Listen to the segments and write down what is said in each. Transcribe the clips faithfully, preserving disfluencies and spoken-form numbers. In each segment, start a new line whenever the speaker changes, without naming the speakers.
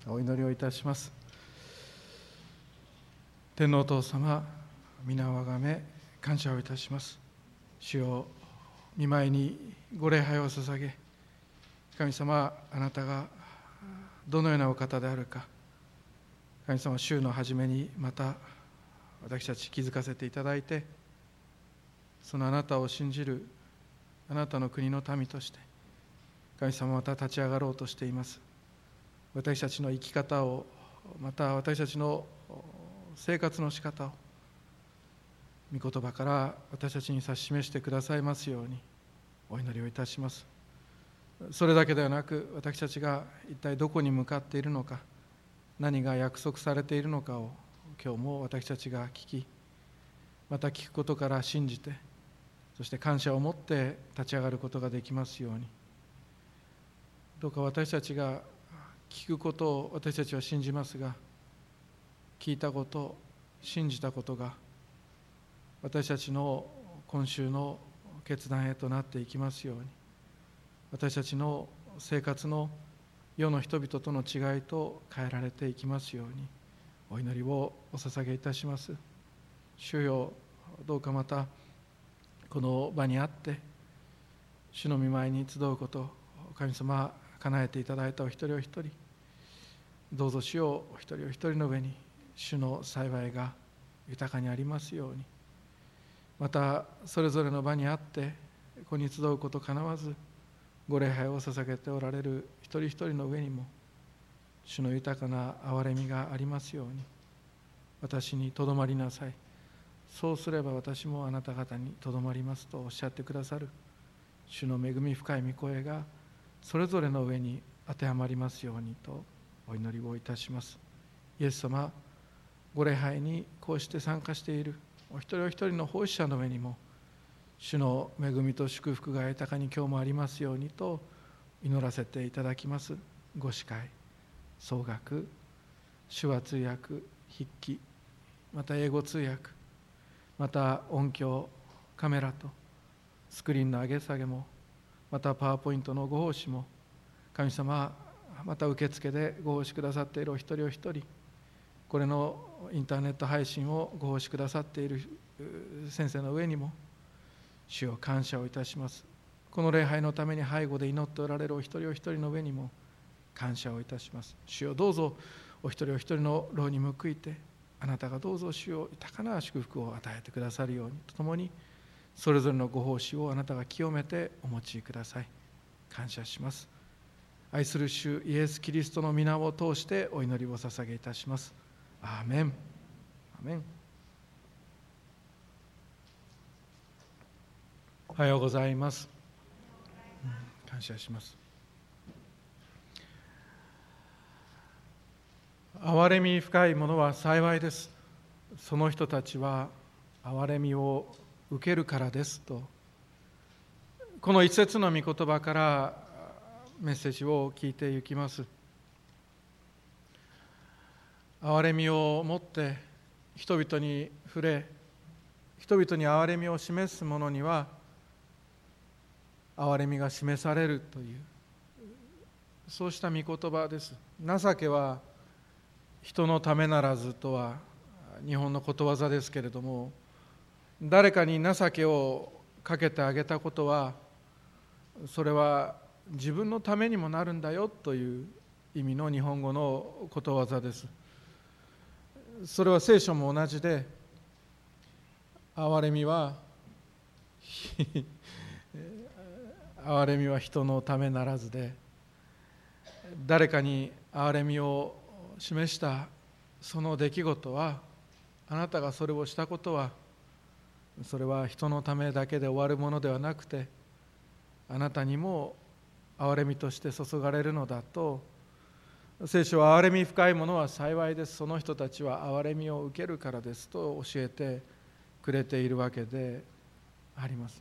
お祈りをいたします。天皇お父様、皆をあがめ感謝をいたします。主よ、御前にご礼拝を捧げ、神様、あなたがどのようなお方であるか、神様、週の初めにまた私たち気づかせていただいて、そのあなたを信じるあなたの国の民として神様また立ち上がろうとしています。私たちの生き方を、また私たちの生活の仕方を御言葉から私たちに指し示してくださいますようにお祈りをいたします。それだけではなく、私たちが一体どこに向かっているのか、何が約束されているのかを今日も私たちが聞き、また聞くことから信じて、そして感謝を持って立ち上がることができますように。どうか私たちが聞くことを私たちは信じますが、聞いたこと、信じたことが私たちの今週の決断へとなっていきますように、私たちの生活の世の人々との違いと変えられていきますようにお祈りをお捧げいたします。主よ、どうかまたこの場にあって主の御前に集うこと、神様叶えていただいたお一人お一人、どうぞ主よ、お一人お一人の上に主の幸いが豊かにありますように。またそれぞれの場にあってここに集うことかなわずご礼拝を捧げておられる一人一人の上にも主の豊かな憐れみがありますように。私にとどまりなさい、そうすれば私もあなた方にとどまりますとおっしゃってくださる主の恵み深い御声がそれぞれの上に当てはまりますようにとお祈りをいたします。イエス様、ご礼拝にこうして参加しているお一人お一人の奉仕者の上にも主の恵みと祝福が豊かに今日もありますようにと祈らせていただきます。ご司会、総額、手話通訳、筆記、また英語通訳、また音響、カメラとスクリーンの上げ下げも、またパワーポイントのご奉仕も、神様、また受付でご奉仕くださっているお一人お一人、これのインターネット配信をご奉仕くださっている先生の上にも主を感謝をいたします。この礼拝のために背後で祈っておられるお一人お一人の上にも感謝をいたします。主よ、どうぞお一人お一人の労に報いて、あなたがどうぞ主を豊かな祝福を与えてくださるようにとともに、それぞれのご奉仕をあなたが清めてお持ちください。感謝します。愛する主イエス・キリストの皆を通してお祈りを捧げいたします。アーメン。アーメン。おはようございます。感謝します。憐れみ深いものは幸いです。その人たちは憐れみを受けるからですと、この一節の御言葉からメッセージを聞いていきます。憐れみをもって人々に触れ、人々に憐れみを示す者には憐れみが示されるという、そうした御言葉です。情けは人のためならずとは日本のことわざですけれども、誰かに情けをかけてあげたことは、それは自分のためにもなるんだよという意味の日本語のことわざです。それは聖書も同じで、憐れみは憐れみは人のためならずで、誰かに憐れみを示したその出来事は、あなたがそれをしたことは、それは人のためだけで終わるものではなくて、あなたにも憐れみとして注がれるのだと。聖書は憐れみ深いものは幸いです、その人たちは憐れみを受けるからですと教えてくれているわけであります。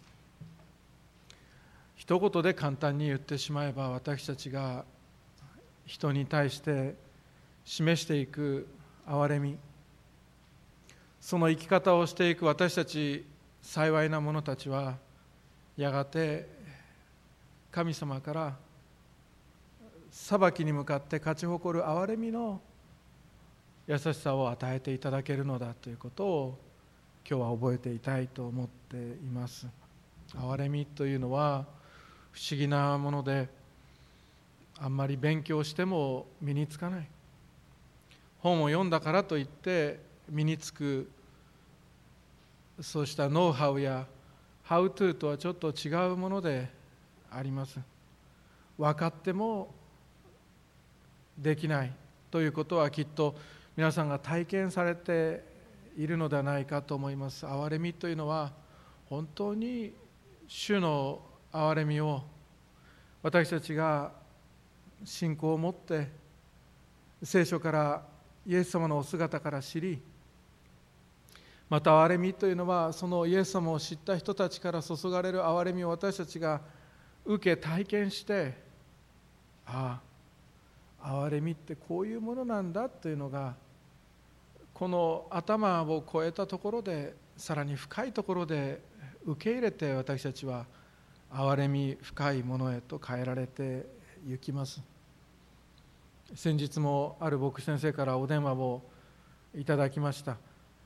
一言で簡単に言ってしまえば、私たちが人に対して示していく憐れみ、その生き方をしていく私たち幸いな者たちは、やがて神様から裁きに向かって勝ち誇る憐れみの優しさを与えていただけるのだということを今日は覚えていたいと思っています。憐れみというのは不思議なもので、あんまり勉強しても身につかない。本を読んだからといって身につく、そうしたノウハウやハウトゥーとはちょっと違うものであります。分かってもできないということはきっと皆さんが体験されているのではないかと思います。憐れみというのは本当に主の憐れみを私たちが信仰を持って聖書からイエス様のお姿から知り、また憐れみというのはそのイエス様を知った人たちから注がれる憐れみを私たちが受け体験して、ああ憐れみってこういうものなんだというのがこの頭を超えたところで、さらに深いところで受け入れて、私たちは憐れみ深いものへと変えられていきます。先日もある牧師先生からお電話をいただきました。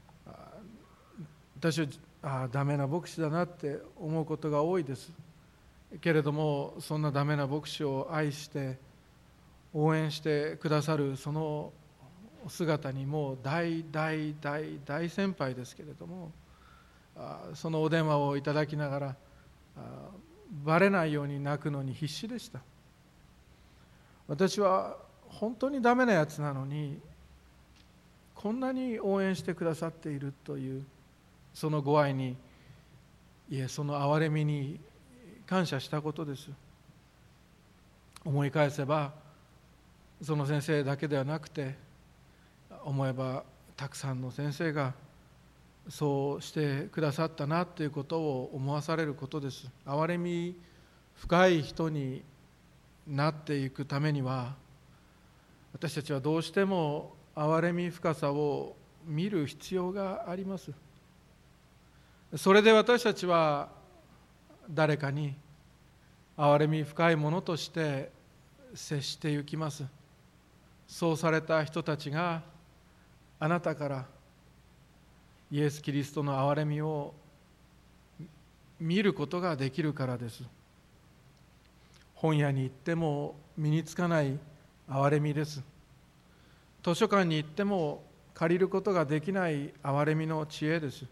私はあダメな牧師だなって思うことが多いですけれども、そんなダメな牧師を愛して応援してくださるその姿にもう大大大大先輩ですけれども、そのお電話をいただきながらバレないように泣くのに必死でした。私は本当にダメなやつなのにこんなに応援してくださっているというそのご愛に、いえその憐れみに感謝したことです。思い返せばその先生だけではなくて、思えばたくさんの先生がそうしてくださったなということを思わされることです。憐れみ深い人になっていくためには、私たちはどうしても憐れみ深さを見る必要があります。それで私たちは誰かに憐れみ深いものとして接していきます。そうされた人たちがあなたからイエス・キリストの憐れみを見ることができるからです。本屋に行っても身につかない憐れみです。図書館に行っても借りることができない憐れみの知恵です。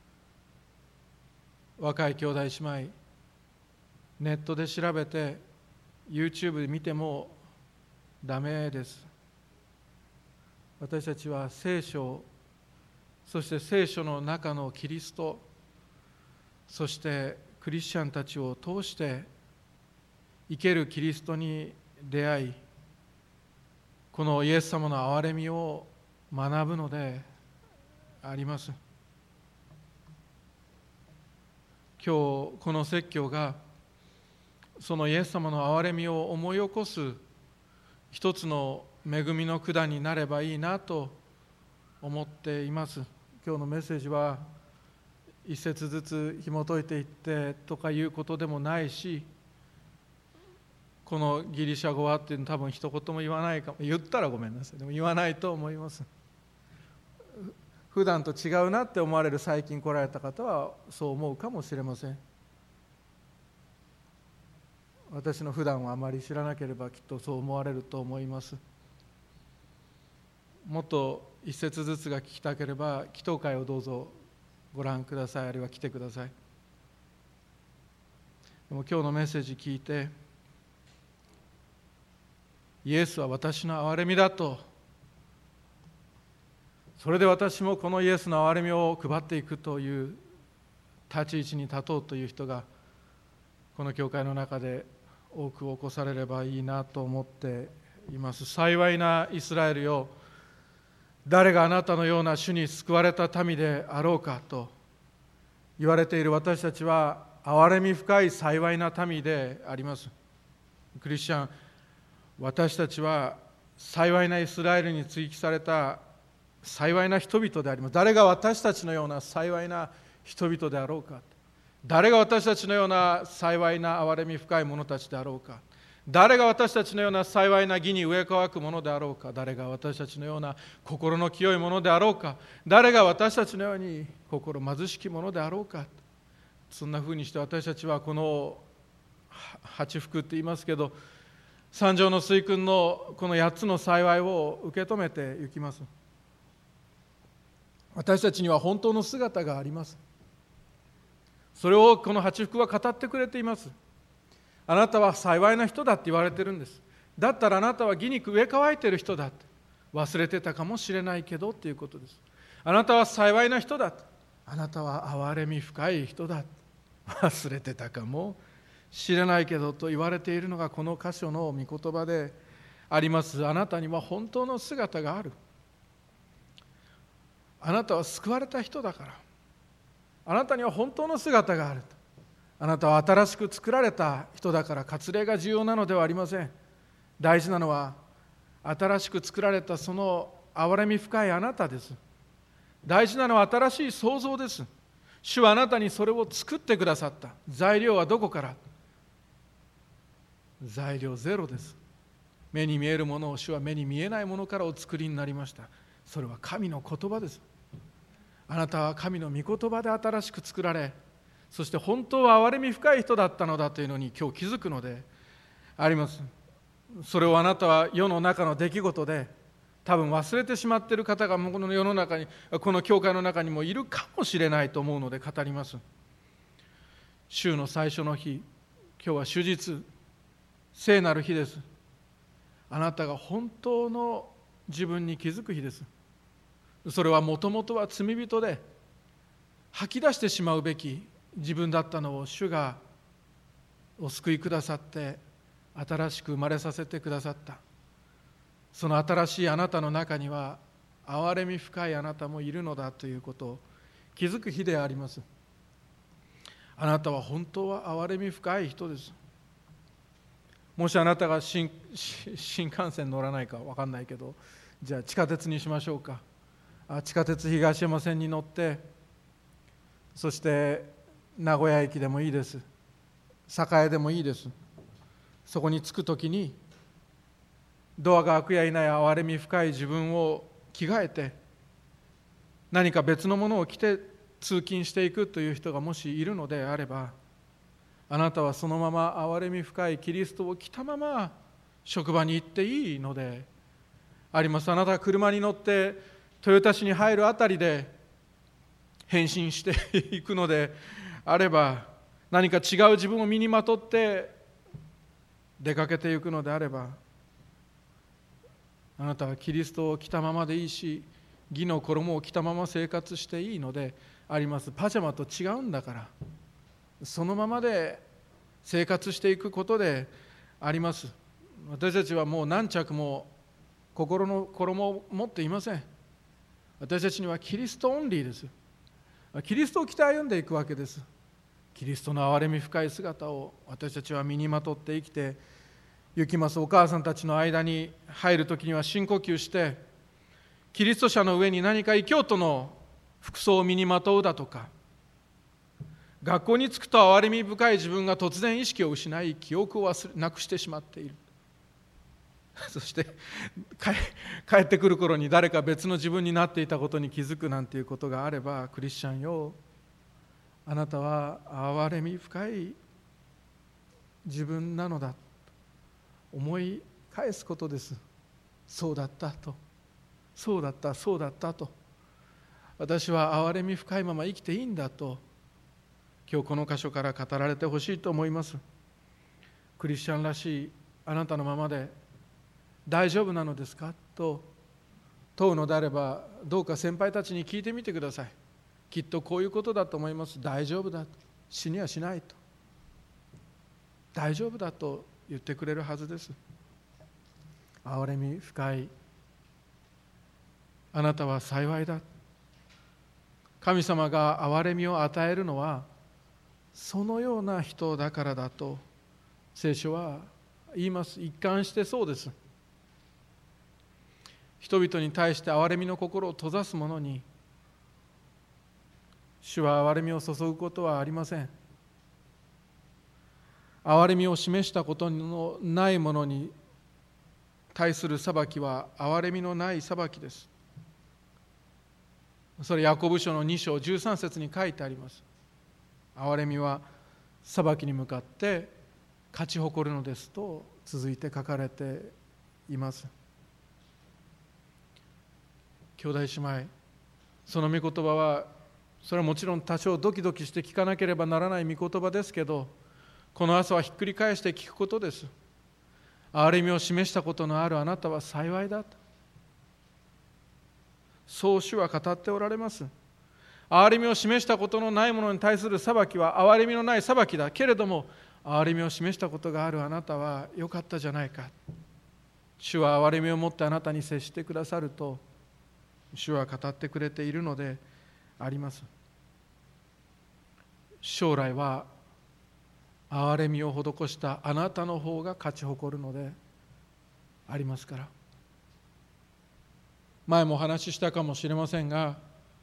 若い兄弟姉妹、ネットで調べて YouTube で見てもダメです。私たちは聖書、そして聖書の中のキリスト、そしてクリスチャンたちを通して生けるキリストに出会い、このイエス様の憐れみを学ぶのであります。今日この説教がそのイエス様の憐れみを思い起こす一つの恵みの管になればいいなと思っています。今日のメッセージは一節ずつ紐解いていってとかいうことでもないし、このギリシャ語はっていうの多分一言も言わないかも、言ったらごめんなさい、でも言わないと思います。普段と違うなって思われる最近来られた方はそう思うかもしれません。私の普段はあまり知らなければきっとそう思われると思います。もっと一節ずつが聞きたければ祈祷会をどうぞご覧ください、あるいは来てください。でも今日のメッセージ聞いて、イエスは私の憐れみだと、それで私もこのイエスの憐れみを配っていくという立ち位置に立とうという人がこの教会の中で多く起こされればいいなと思っています。幸いなイスラエルよ、誰があなたのような主に救われた民であろうかと言われている私たちは憐れみ深い幸いな民であります。クリスチャン、私たちは幸いなイスラエルに追記された幸いな人々であります。誰が私たちのような幸いな人々であろうか、誰が私たちのような幸いな憐れみ深い者たちであろうか、 誰が私たちのような幸いな義に植え乾くものであろうか。誰が私たちのような心の清いものであろうか。誰が私たちのように心貧しきものであろうか。そんなふうにして私たちはこの八福って言いますけど、三条の水訓のこの八つの幸いを受け止めていきます。私たちには本当の姿があります。それをこの八福は語ってくれています。あなたは幸いな人だって言われてるんです。だったらあなたは義に植え乾いている人だって、忘れてたかもしれないけどっていうことです。あなたは幸いな人だ、あなたは憐れみ深い人だ、忘れてたかもしれないけどと言われているのがこの箇所の御言葉であります。あなたには本当の姿がある。あなたは救われた人だから、あなたには本当の姿がある。あなたは新しく作られた人だから割礼が重要なのではありません。大事なのは新しく作られたその憐れみ深いあなたです。大事なのは新しい創造です。主はあなたにそれを作ってくださった。材料はどこから？材料ゼロです。目に見えるものを主は目に見えないものからお作りになりました。それは神の言葉です。あなたは神の御言葉で新しく作られ、そして本当は憐れみ深い人だったのだというのに今日気づくのであります。それをあなたは世の中の出来事で多分忘れてしまっている方がこの世の中に、この教会の中にもいるかもしれないと思うので語ります。週の最初の日、今日は主日、聖なる日です。あなたが本当の自分に気づく日です。それはもともとは罪人で吐き出してしまうべき自分だったのを主がお救いくださって新しく生まれさせてくださった。その新しいあなたの中には憐れみ深いあなたもいるのだということを気づく日であります。あなたは本当は憐れみ深い人です。もしあなたが 新, 新幹線乗らないか分かんないけど、じゃあ地下鉄にしましょうか。あ地下鉄東山線に乗って、そして名古屋駅でもいいです、栄でもいいです。そこに着くときにドアが開くや否や憐れみ深い自分を着替えて何か別のものを着て通勤していくという人がもしいるのであれば、あなたはそのまま憐れみ深いキリストを着たまま職場に行っていいのであります。あなたが車に乗って豊田市に入るあたりで変身していくのであれば、何か違う自分を身にまとって出かけていくのであれば、あなたはキリストを着たままでいいし、義の衣を着たまま生活していいのであります。パジャマと違うんだから、そのままで生活していくことであります。私たちはもう何着も心の衣を持っていません。私たちにはキリストオンリーです。キリストを着て歩んでいくわけです。キリストの憐れみ深い姿を私たちは身にまとって生きて行きます。お母さんたちの間に入るときには深呼吸して、キリスト者の上に何か異教徒の服装を身にまとうだとか、学校に着くと憐れみ深い自分が突然意識を失い記憶を忘れなくしてしまっている。そして帰ってくる頃に誰か別の自分になっていたことに気づくなんていうことがあれば、クリスチャンよ、あなたは憐れみ深い自分なのだ、思い返すことです。そうだったと、そうだったそうだったと、私は憐れみ深いまま生きていいんだと、今日この箇所から語られてほしいと思います。クリスチャンらしいあなたのままで大丈夫なのですかと問うのであれば、どうか先輩たちに聞いてみてください。きっとこういうことだと思います。大丈夫だと、死にはしないと、大丈夫だと言ってくれるはずです。憐れみ深いあなたは幸いだ。神様が憐れみを与えるのはそのような人だからだと聖書は言います。一貫してそうです。人々に対して憐れみの心を閉ざす者に主は憐れみを注ぐことはありません。 憐れみを示したことのないものに対する裁きは憐れみのない裁きです。それヤコブ書のに章じゅうさん節に書いてあります。憐れみは裁きに向かって勝ち誇るのですと続いて書かれています。兄弟姉妹、その御言葉はそれはもちろん多少ドキドキして聞かなければならない御言葉ですけど、この朝はひっくり返して聞くことです。憐れみを示したことのあるあなたは幸いだと、そう主は語っておられます。憐れみを示したことのないものに対する裁きは憐れみのない裁きだけれども、憐れみを示したことがあるあなたはよかったじゃないか。主は憐れみを持ってあなたに接してくださると主は語ってくれているのであります。将来は憐れみを施したあなたの方が勝ち誇るのでありますから。前もお話ししたかもしれませんが、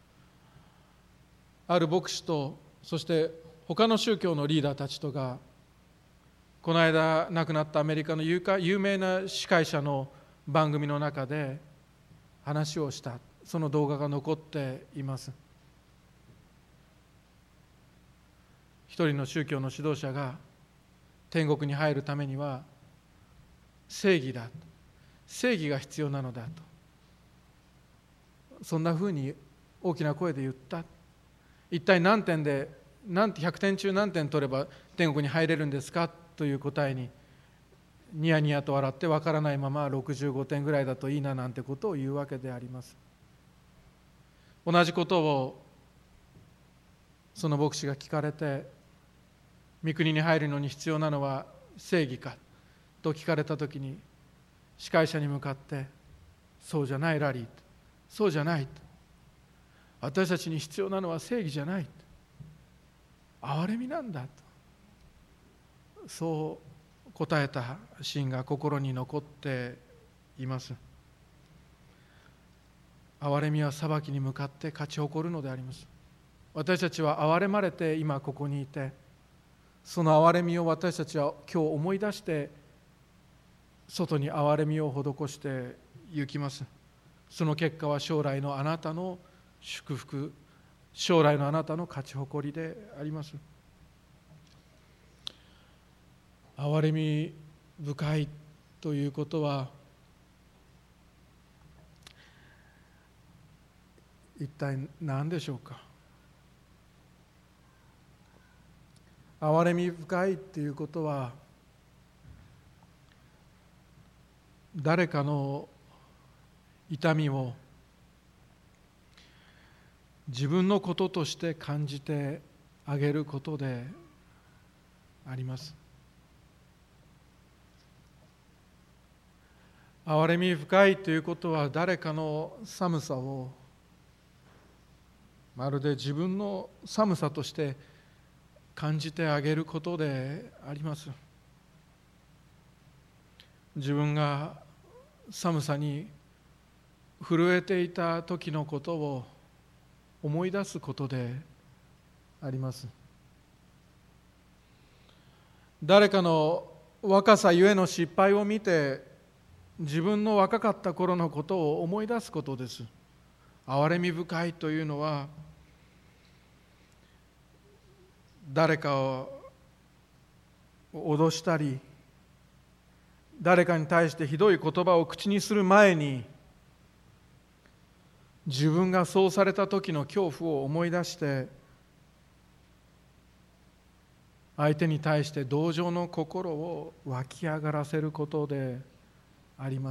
ある牧師とそして他の宗教のリーダーたちとがこの間亡くなったアメリカの有名な司会者の番組の中で話をした、その動画が残っています。一人の宗教の指導者が天国に入るためには正義だ、正義が必要なのだと、そんなふうに大きな声で言った。一体何点で何ひゃくてん中何点取れば天国に入れるんですかという答えにニヤニヤと笑ってわからないままろくじゅうごてんぐらいだといいななんてことを言うわけであります。同じことをその牧師が聞かれて、御国に入るのに必要なのは正義かと聞かれたときに、司会者に向かって、そうじゃないラリー、そうじゃない、私たちに必要なのは正義じゃない、憐れみなんだと、そう答えたシーンが心に残っています。憐れみは裁きに向かって勝ち誇るのであります。私たちは憐れまれて今ここにいて、その憐れみを私たちは今日思い出して外に憐れみを施して行きます。その結果は将来のあなたの祝福、将来のあなたの勝ち誇りであります。憐れみ深いということは一体何でしょうか。憐れみ深いということは、誰かの痛みを自分のこととして感じてあげることであります。憐れみ深いということは、誰かの寒さをまるで自分の寒さとして感じてあげることであります。自分が寒さに震えていた時のことを思い出すことであります。誰かの若さゆえの失敗を見て、自分の若かった頃のことを思い出すことです。憐れみ深いというのは、誰かを脅したり、誰かに対してひどい言葉を口にする前に、自分がそうされた時の恐怖を思い出して、相手に対して同情の心を湧き上がらせることであります。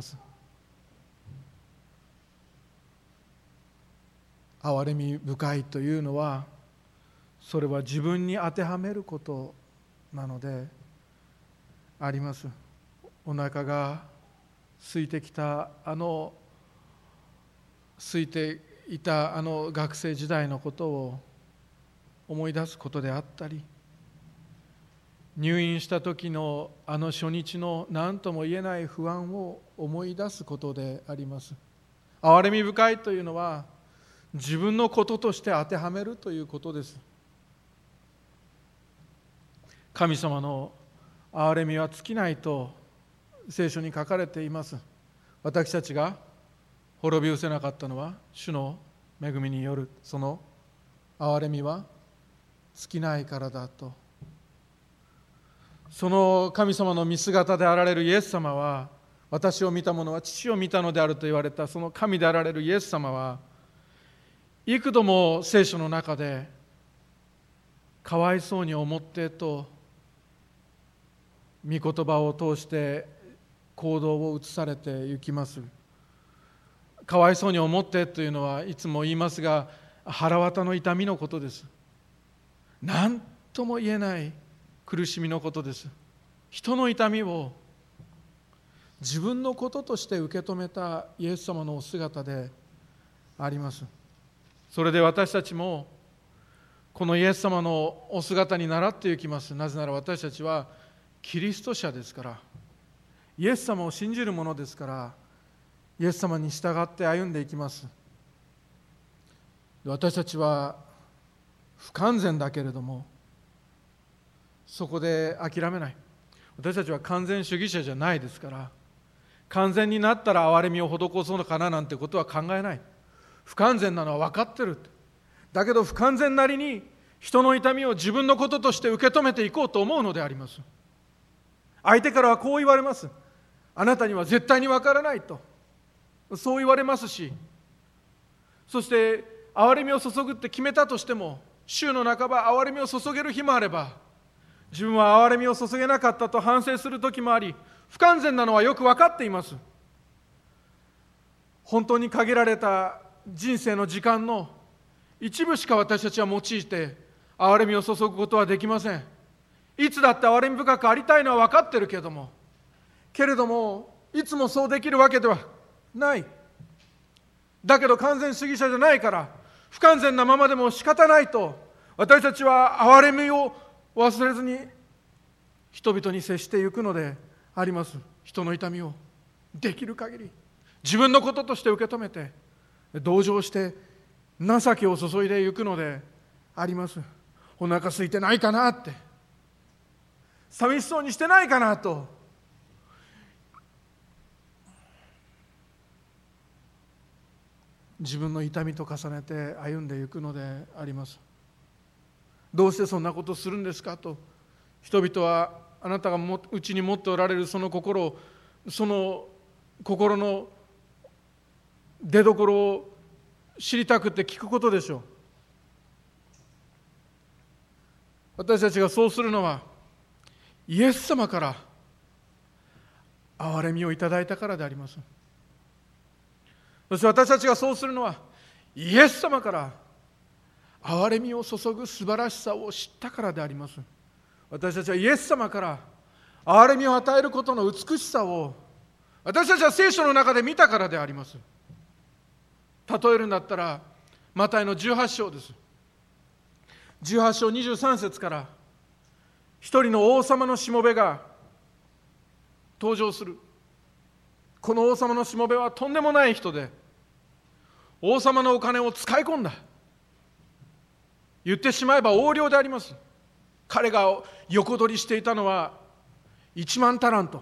憐れみ深いというのは、それは自分に当てはめることなのであります。お腹が空いてきたあの空いていたあの学生時代のことを思い出すことであったり、入院した時のあの初日の何とも言えない不安を思い出すことであります。憐れみ深いというのは、自分のこととして当てはめるということです。神様の憐れみは尽きないと聖書に書かれています。私たちが滅び失せなかったのは主の恵みによるその憐れみは尽きないからだと。その神様の見姿であられるイエス様は、私を見た者は父を見たのであると言われたその神であられるイエス様は、幾度も聖書の中でかわいそうに思ってと御言葉を通して行動を移されて行きます。かわいそうに思ってというのはいつも言いますが、腹渡の痛みのことです。何とも言えない苦しみのことです。人の痛みを自分のこととして受け止めたイエス様のお姿であります。それで私たちもこのイエス様のお姿に倣っていきます。なぜなら私たちはキリスト者ですから、イエス様を信じる者ですから、イエス様に従って歩んでいきます。私たちは不完全だけれども、そこで諦めない。私たちは完全主義者じゃないですから、完全になったら憐れみを施そうのかななんてことは考えない。不完全なのは分かってる。だけど不完全なりに人の痛みを自分のこととして受け止めていこうと思うのであります。相手からはこう言われます。あなたには絶対に分からないと、そう言われますし、そして憐れみを注ぐって決めたとしても、週の半ば憐れみを注げる日もあれば、自分は憐れみを注げなかったと反省する時もあり、不完全なのはよく分かっています。本当に限られた人生の時間の一部しか私たちは用いて憐れみを注ぐことはできません。いつだって憐れみ深くありたいのは分かってるけども、けれどもいつもそうできるわけではない。だけど完全主義者じゃないから、不完全なままでも仕方ないと、私たちは憐れみを忘れずに人々に接していくのであります。人の痛みをできる限り自分のこととして受け止めて、同情して情けを注いでいくのであります。お腹空いてないかなって、寂しそうにしてないかなと、自分の痛みと重ねて歩んでいくのであります。どうしてそんなことをするんですかと、人々はあなたがもうちに持っておられるその心を、その心の出どころを知りたくて聞くことでしょう。私たちがそうするのは、イエス様から憐れみをいただいたからであります。そして私たちがそうするのは、イエス様から憐れみを注ぐ素晴らしさを知ったからであります。私たちはイエス様から憐れみを与えることの美しさを私たちは聖書の中で見たからであります。例えるんだったらマタイのじゅうはち章です。じゅうはち章にじゅうさん節から一人の王様のしもべが登場する。この王様のしもべはとんでもない人で、王様のお金を使い込んだ。言ってしまえば横領であります。彼が横取りしていたのはいちまんタラント。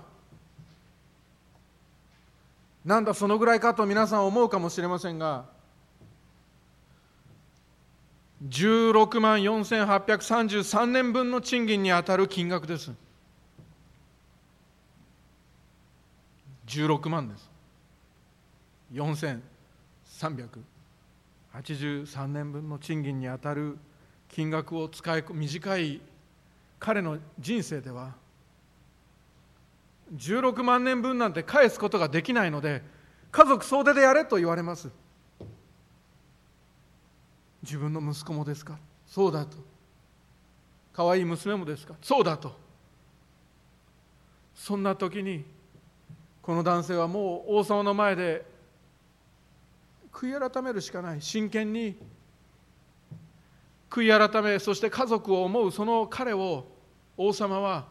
なんだそのぐらいかと皆さん思うかもしれませんが、じゅうろくまんよんせんはっぴゃくさんじゅうさんねんぶんの賃金にあたる金額です。じゅうろくまんです。よんせんさんびゃくはちじゅうさんねんぶんの賃金にあたる金額を使い、短い彼の人生ではじゅうろくまんねんぶんなんて返すことができないので、家族総出でやれと言われます。自分の息子もですか？そうだと。可愛い娘もですか？そうだと。そんな時にこの男性はもう王様の前で悔い改めるしかない。真剣に悔い改め、そして家族を思うその彼を王様は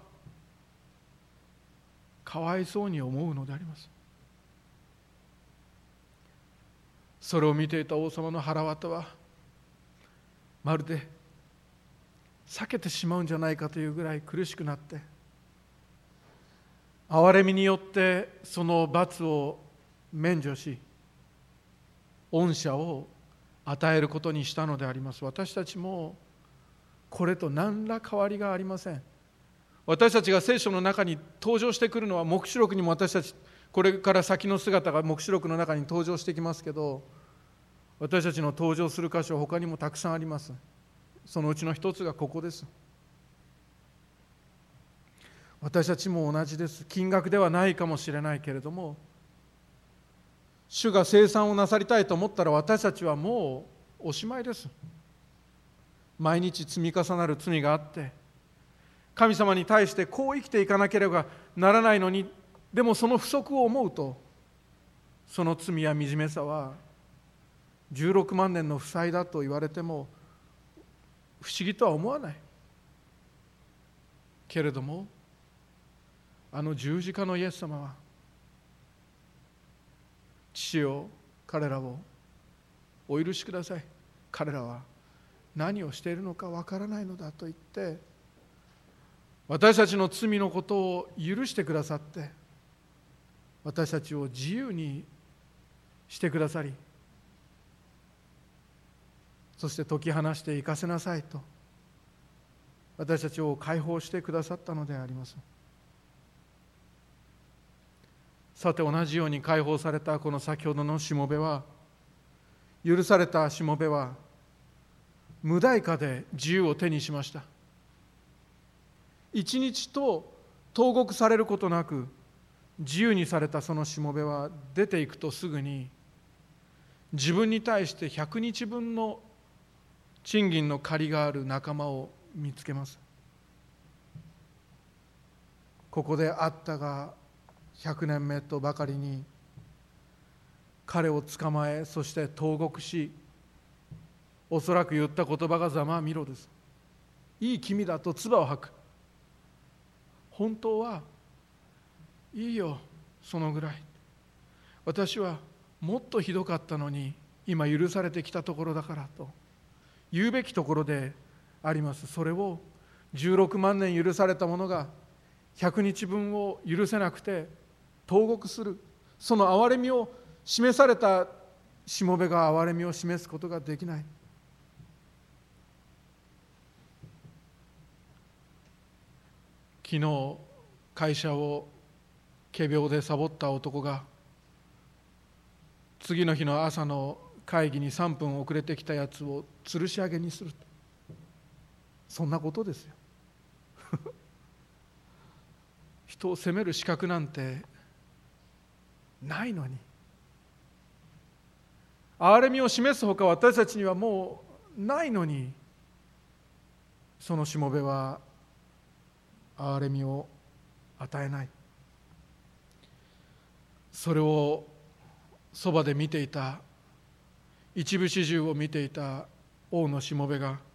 かわいそうに思うのであります。それを見ていた王様の腹渡はまるで避けてしまうんじゃないかというぐらい苦しくなって、 憐れみによってその罰を免除し、恩赦を与えることにしたのであります。私たちもこれと何ら変わりがありません。私たちが聖書の中に登場してくるのは、黙示録にも私たちこれから先の姿が黙示録の中に登場してきますけど、私たちの登場する箇所は他にもたくさんあります。そのうちの一つがここです。私たちも同じです。金額ではないかもしれないけれども、主が清算をなさりたいと思ったら、私たちはもうおしまいです。毎日積み重なる罪があって、神様に対してこう生きていかなければならないのに、でもその不足を思うと、その罪や惨めさはじゅうろくまんねんの負債だと言われても不思議とは思わない。けれども、あの十字架のイエス様は、父よ、彼らをお許しください、彼らは何をしているのかわからないのだと言って、私たちの罪のことを許してくださって、私たちを自由にしてくださり、そして解き放して行かせなさいと、私たちを解放してくださったのであります。さて、同じように解放されたこの先ほどのしもべは、許されたしもべは無代価で自由を手にしました。一日と投獄されることなく自由にされたそのしもべは、出ていくとすぐに自分に対してひゃくにちぶんの賃金の借りがある仲間を見つけます。ここであったがひゃくねんめとばかりに彼を捕まえ、そして投獄し、おそらく言った言葉がざまあみろです。いい君だと唾を吐く。本当はいいよ、そのぐらい。私はもっとひどかったのに今許されてきたところだからと言うべきところであります。それをじゅうろくまんねん許された者がひゃくにちぶんを許せなくて投獄する、その憐れみを示されたしもべが憐れみを示すことができない。昨日会社を仮病でサボった男が次の日の朝の会議にさんぷん遅れてきたやつを吊るし上げにする、そんなことですよ。人を責める資格なんてないのに、憐れみを示すほか私たちにはもうないのに、そのしもべは憐れみを与えない。それをそばで見ていた、一部始終を見ていた王のしもべが、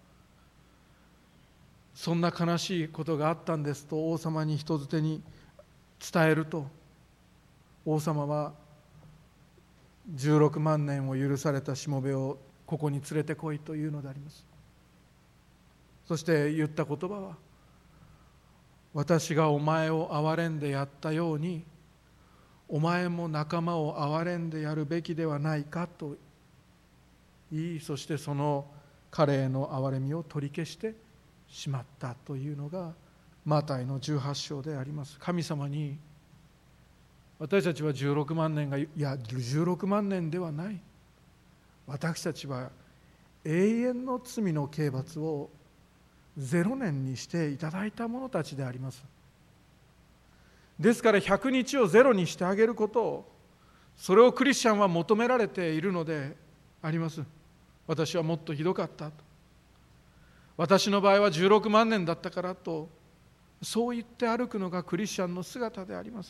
そんな悲しいことがあったんですと王様に人づてに伝えると、王様はじゅうろくまんねんを許されたしもべをここに連れてこいというのであります。そして言った言葉は、私がお前を憐れんでやったようにお前も仲間を憐れんでやるべきではないかと言い、そしてその彼への憐れみを取り消してしまったというのがマタイのじゅうはち章であります。神様に、私たちはじゅうろくまんねんが、いやじゅうろくまんねんではない、私たちは永遠の罪の刑罰をゼロねんにしていただいた者たちであります。ですからひゃくにちをゼロにしてあげることを、それをクリスチャンは求められているのであります。私はもっとひどかったと、私の場合はじゅうろくまんねんだったからと、そう言って歩くのがクリスチャンの姿であります。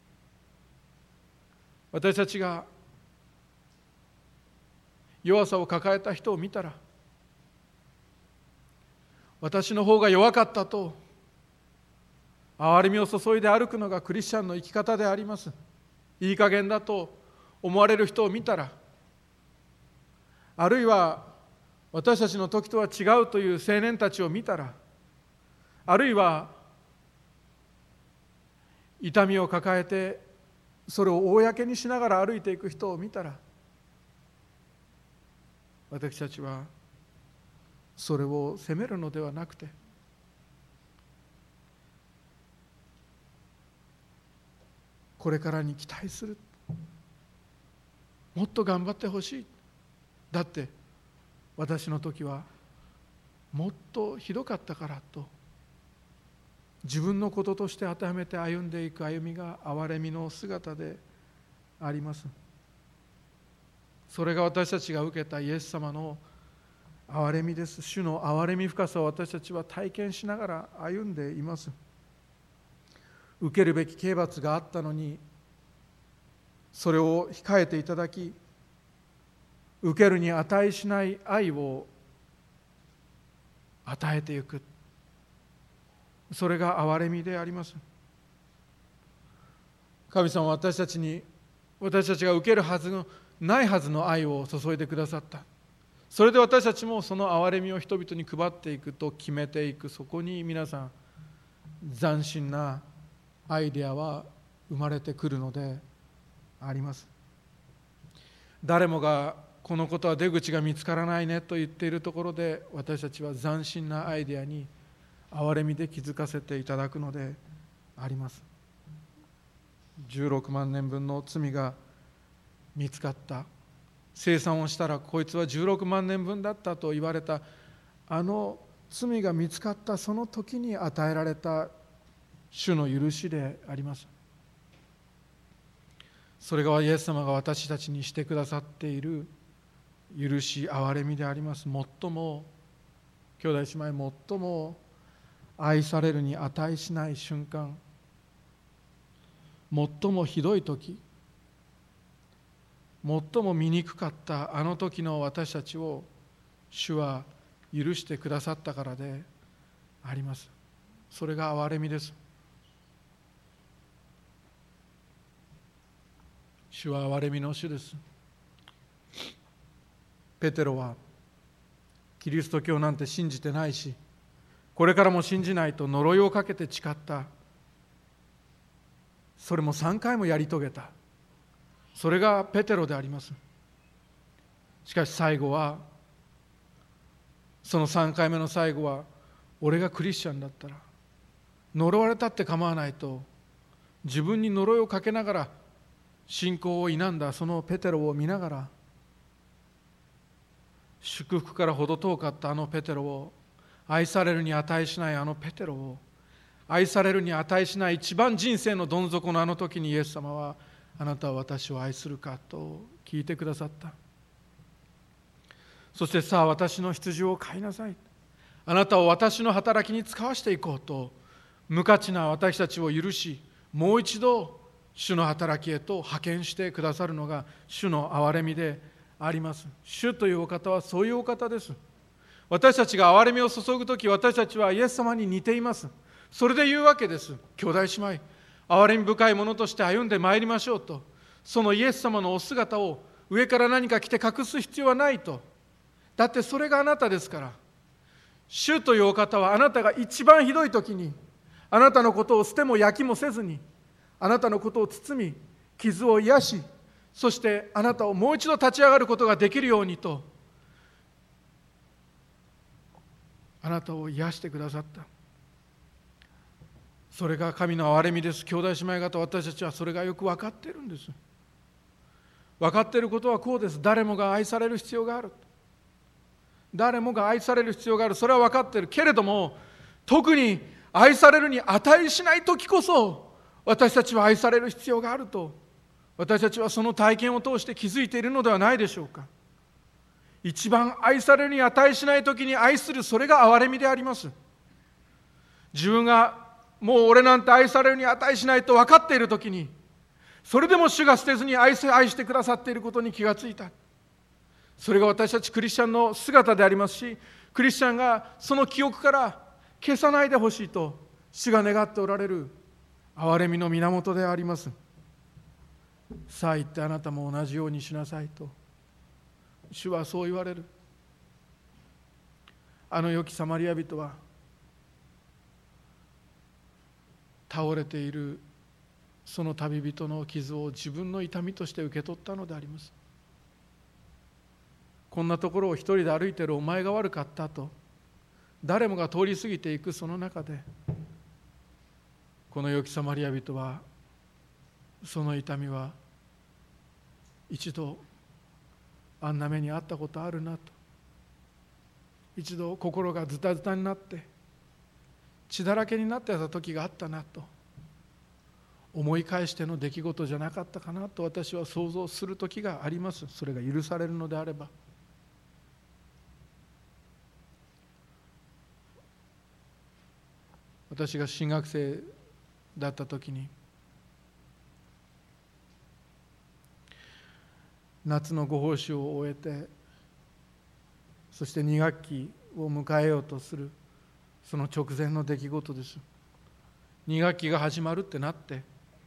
私たちが弱さを抱えた人を見たら、私の方が弱かったと憐れみを注いで歩くのがクリスチャンの生き方であります。いい加減だと思われる人を見たら、あるいは私たちの時とは違うという青年たちを見たら、あるいは痛みを抱えてそれを公にしながら歩いていく人を見たら、私たちはそれを責めるのではなくて、これからに期待する。もっと頑張ってほしい。だって私の時はもっとひどかったからと、自分のこととして当てはめて歩んでいく歩みが憐れみの姿であります。それが私たちが受けたイエス様の憐れみです。主の憐れみ深さを私たちは体験しながら歩んでいます。受けるべき刑罰があったのに、それを控えていただき、受けるに値しない愛を与えていく、それが憐れみであります。神様は私たちに、私たちが受けるはずのないはずの愛を注いでくださった。それで私たちもその憐れみを人々に配っていくと決めていく。そこに皆さん、斬新なアイデアは生まれてくるのであります。誰もがこのことは出口が見つからないねと言っているところで、私たちは斬新なアイデアに憐れみで気づかせていただくのであります。じゅうろくまんねんぶんの罪が見つかった。清算をしたらこいつはじゅうろくまんねんぶんだったと言われた、あの罪が見つかったその時に与えられた主の許しであります。それがイエス様が私たちにしてくださっている許し、憐れみであります。最も、兄弟姉妹、最も愛されるに値しない瞬間、最もひどい時、最も醜かったあの時の私たちを主は許してくださったからであります。それが憐れみです。主は憐れみの主です。ペテロはキリスト教なんて信じてないし、これからも信じないと呪いをかけて誓った。それもさんかいもやり遂げた。それがペテロであります。しかし最後は、そのさんかいめの最後は、俺がクリスチャンだったら呪われたって構わないと自分に呪いをかけながら信仰を否んだそのペテロを見ながら、祝福から程遠かったあのペテロを、愛されるに値しないあのペテロを、愛されるに値しない一番人生のどん底のあの時にイエス様は、あなたは私を愛するかと聞いてくださった。そして、さあ私の羊を飼いなさい、あなたを私の働きに使わしていこうと、無価値な私たちを許し、もう一度主の働きへと派遣してくださるのが主の憐れみであります。主というお方はそういうお方です。私たちが憐れみを注ぐとき、私たちはイエス様に似ています。それで言うわけです。兄弟姉妹、憐れみ深いものとして歩んでまいりましょうと。そのイエス様のお姿を上から何か着て隠す必要はないと。だってそれがあなたですから。主というお方は、あなたが一番ひどい時に、あなたのことを捨ても焼きもせずに、あなたのことを包み、傷を癒し、そしてあなたをもう一度立ち上がることができるようにと、あなたを癒してくださった。それが神の憐れみです。兄弟姉妹方、私たちはそれがよく分かっているんです。分かっていることはこうです。誰もが愛される必要がある。誰もが愛される必要がある。それは分かっているけれども、特に愛されるに値しない時こそ、私たちは愛される必要があると、私たちはその体験を通して気づいているのではないでしょうか。一番愛されるに値しない時に愛する、それが憐れみであります。自分がもう俺なんて愛されるに値しないと分かっている時に、それでも主が捨てずに愛せ愛してくださっていることに気がついた。それが私たちクリスチャンの姿でありますし、クリスチャンがその記憶から消さないでほしいと主が願っておられる憐れみの源であります。さあ言ってあなたも同じようにしなさいと主はそう言われる。あの良きサマリア人は倒れているその旅人の傷を自分の痛みとして受け取ったのであります。こんなところを一人で歩いているお前が悪かったと誰もが通り過ぎていくその中で、この良きサマリア人はその痛みは一度あんな目にあったことあるなと、一度心がズタズタになって血だらけになってた時があったなと思い返しての出来事じゃなかったかなと私は想像する時があります。それが許されるのであれば。私が新学生だった時に、夏のご奉仕を終えて、そしてに学期を迎えようとするその直前の出来事です。に学期が始まるってなって、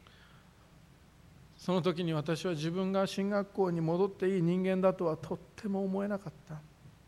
その時に私は自分が進学校に戻っていい人間だとはとっても思えなかった。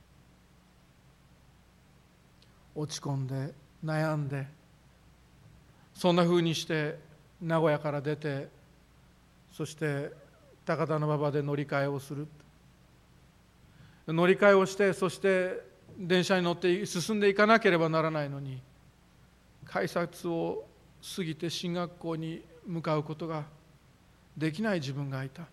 落ち込んで悩んで、そんなふうにして名古屋から出て、そして高田馬場で乗り換えをする。乗り換えをして、そして電車に乗って進んでいかなければならないのに、改札を過ぎて進学校に向かうことができない自分がいた。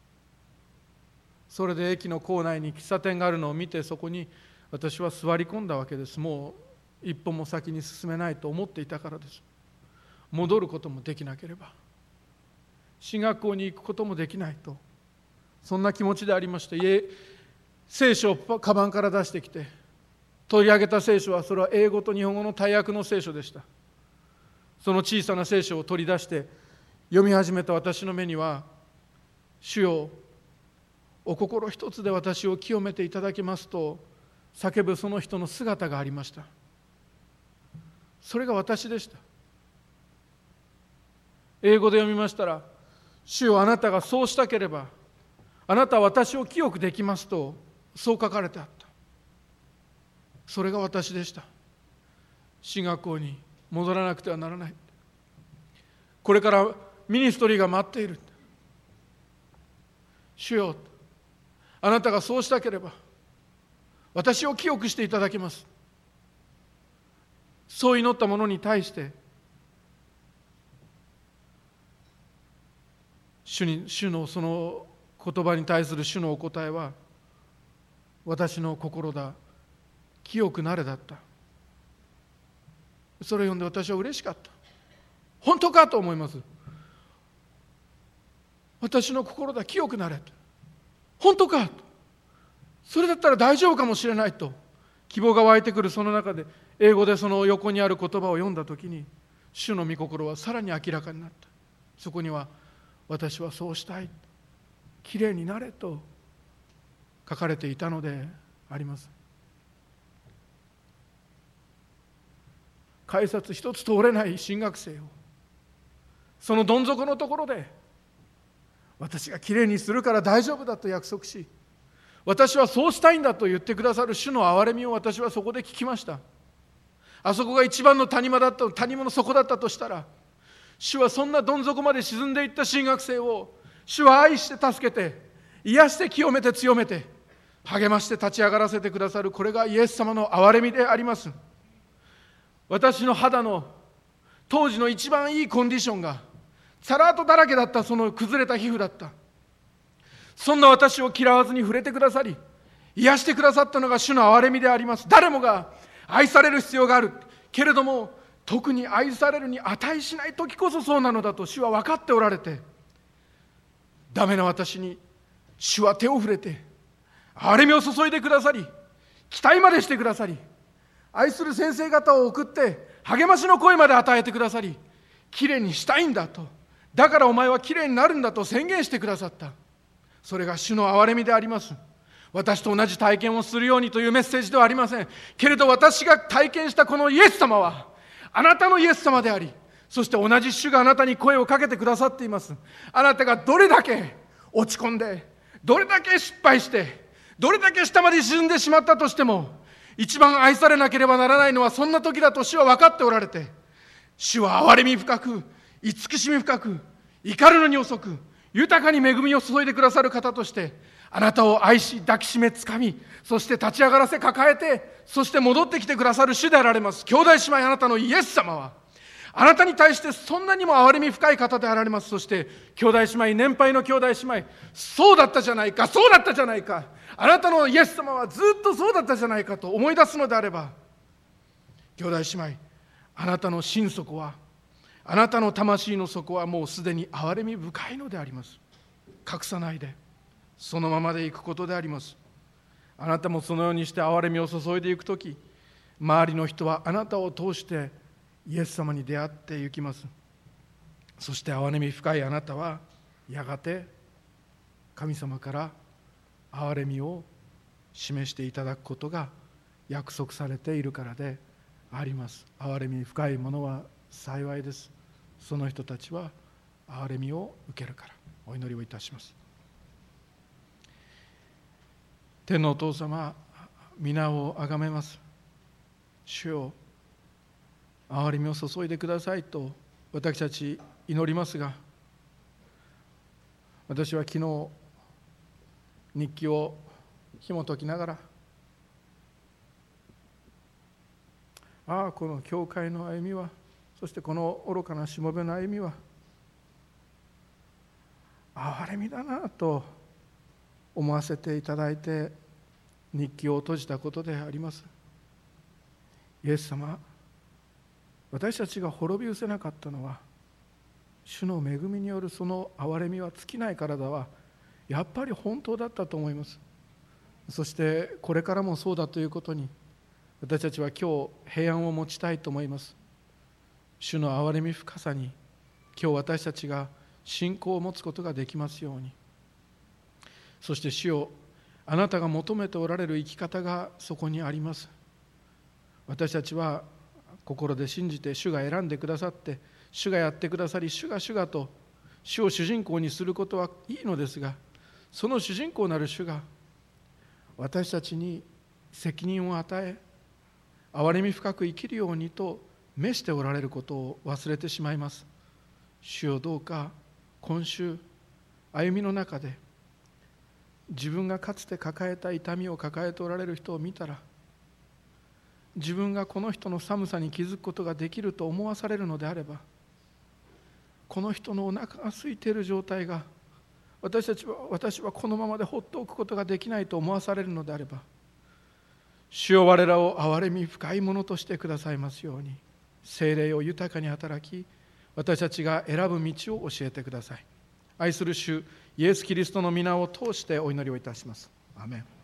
それで駅の構内に喫茶店があるのを見て、そこに私は座り込んだわけです。もう一歩も先に進めないと思っていたからです。戻ることもできなければ、進学校に行くこともできないと、そんな気持ちでありまして、家聖書をカバンから出してきて、取り上げた聖書は、それは英語と日本語の大訳の聖書でした。その小さな聖書を取り出して読み始めた私の目には、主よ、お心一つで私を清めていただきますと叫ぶその人の姿がありました。それが私でした。英語で読みましたら、主よ、あなたがそうしたければあなたは私を清くできますと、そう書かれてあった。それが私でした。進学校に戻らなくてはならない。これからミニストリーが待っている。主よ、あなたがそうしたければ私を清くしていただけます。そう祈った者に対して主に主のその言葉に対する主のお答えは、私の心だ、清くなれだった。それを読んで私は嬉しかった。本当かと思います。私の心だ、清くなれ。本当か。それだったら大丈夫かもしれないと希望が湧いてくるその中で、英語でその横にある言葉を読んだときに、主の御心はさらに明らかになった。そこには、私はそうしたい、きれいになれと書かれていたのであります。改札一つ通れない新学生を、そのどん底のところで私がきれいにするから大丈夫だと約束し、私はそうしたいんだと言ってくださる主の憐れみを私はそこで聞きました。あそこが一番の谷間だった、谷間の底だったとしたら、主はそんなどん底まで沈んでいった新学生を主は愛して助けて、癒して清めて強めて励まして立ち上がらせてくださる、これがイエス様の憐れみであります。私の肌の当時の一番いいコンディションがサラートだらけだった、その崩れた皮膚だった。そんな私を嫌わずに触れてくださり、癒してくださったのが主の憐れみであります。誰もが愛される必要があるけれども、特に愛されるに値しない時こそそうなのだと主は分かっておられて、ダメな私に主は手を触れて憐れみを注いでくださり、期待までしてくださり、愛する先生方を送って励ましの声まで与えてくださり、きれいにしたいんだと、だからお前はきれいになるんだと宣言してくださった。それが主の憐れみであります。私と同じ体験をするようにというメッセージではありませんけれど、私が体験したこのイエス様はあなたのイエス様であり、そして同じ主があなたに声をかけてくださっています。あなたがどれだけ落ち込んで、どれだけ失敗して、どれだけ下まで沈んでしまったとしても、一番愛されなければならないのはそんな時だと主は分かっておられて、主は憐れみ深く、慈しみ深く、 怒るのに遅く豊かに恵みを注いでくださる方として、あなたを愛し抱きしめつかみ、そして立ち上がらせ抱えて、そして戻ってきてくださる主であられます兄弟姉妹あなたのイエス様は、あなたに対してそんなにも憐れみ深い方であられます。そして兄弟姉妹、年配の兄弟姉妹、そうだったじゃないか、そうだったじゃないか、あなたのイエス様はずっとそうだったじゃないかと思い出すのであれば、兄弟姉妹、あなたの心底は、あなたの魂の底はもうすでに憐れみ深いのであります。隠さないでそのままでいくことであります。あなたもそのようにして憐れみを注いでいくとき、周りの人はあなたを通してイエス様に出会っていきます。そして憐れみ深いあなたはやがて神様から憐れみを示していただくことが約束されているからであります。憐れみ深いものは幸いです。その人たちは憐れみを受けるから。お祈りをいたします。天のお父様、皆をあがめます。主よ、憐れみを注いでくださいと私たち祈りますが、私は昨日日記を紐解きながら、ああこの教会の歩みは、そしてこの愚かなしもべの歩みは憐れみだなと思わせていただいて日記を閉じたことであります。イエス様、私たちが滅び失せなかったのは、主の恵みによるその憐れみは尽きないからだはやっぱり本当だったと思います。そしてこれからもそうだということに、私たちは今日平安を持ちたいと思います。主の憐れみ深さに今日私たちが信仰を持つことができますように。そして主よ、あなたが求めておられる生き方がそこにあります。私たちは心で信じて主が選んでくださって、主がやってくださり、主が主がと主を主人公にすることはいいのですが、その主人公なる主が私たちに責任を与え、憐れみ深く生きるようにと召しておられることを忘れてしまいます。主よ、どうか今週歩みの中で自分がかつて抱えた痛みを抱えておられる人を見たら、自分がこの人の寒さに気づくことができると思わされるのであれば、この人のお腹が空いている状態が私たちは私はこのままで放っておくことができないと思わされるのであれば、主よ、我らを憐れみ深いものとしてくださいますように、聖霊を豊かに働き、私たちが選ぶ道を教えてください。愛する主イエス・キリストの皆を通してお祈りをいたします。アメン。